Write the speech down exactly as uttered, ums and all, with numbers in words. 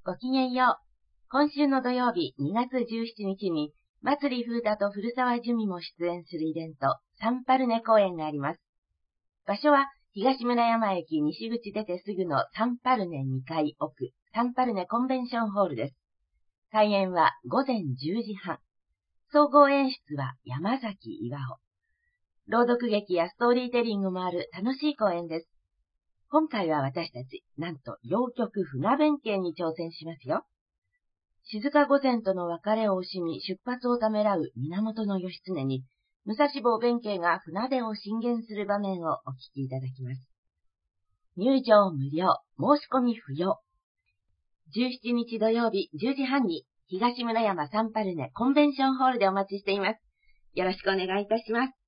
ごきげんよう。今週の土曜日にがつじゅうしちにちに、祭り風太と古沢珠美も出演するイベント、サンパルネ公演があります。場所は、東村山駅西口出てすぐのサンパルネにかい奥、サンパルネコンベンションホールです。開演はごぜんじゅうじはん。総合演出は山崎岩尾。朗読劇やストーリーテリングもある楽しい公演です。今回は私たち、なんと謡曲船弁慶に挑戦しますよ。静御前との別れを惜しみ出発をためらう源義経に、武蔵坊弁慶が船出を進言する場面をお聞きいただきます。入場無料、申し込み不要。じゅうしちにち土曜日じゅうじはんに東村山サンパルネコンベンションホールでお待ちしています。よろしくお願いいたします。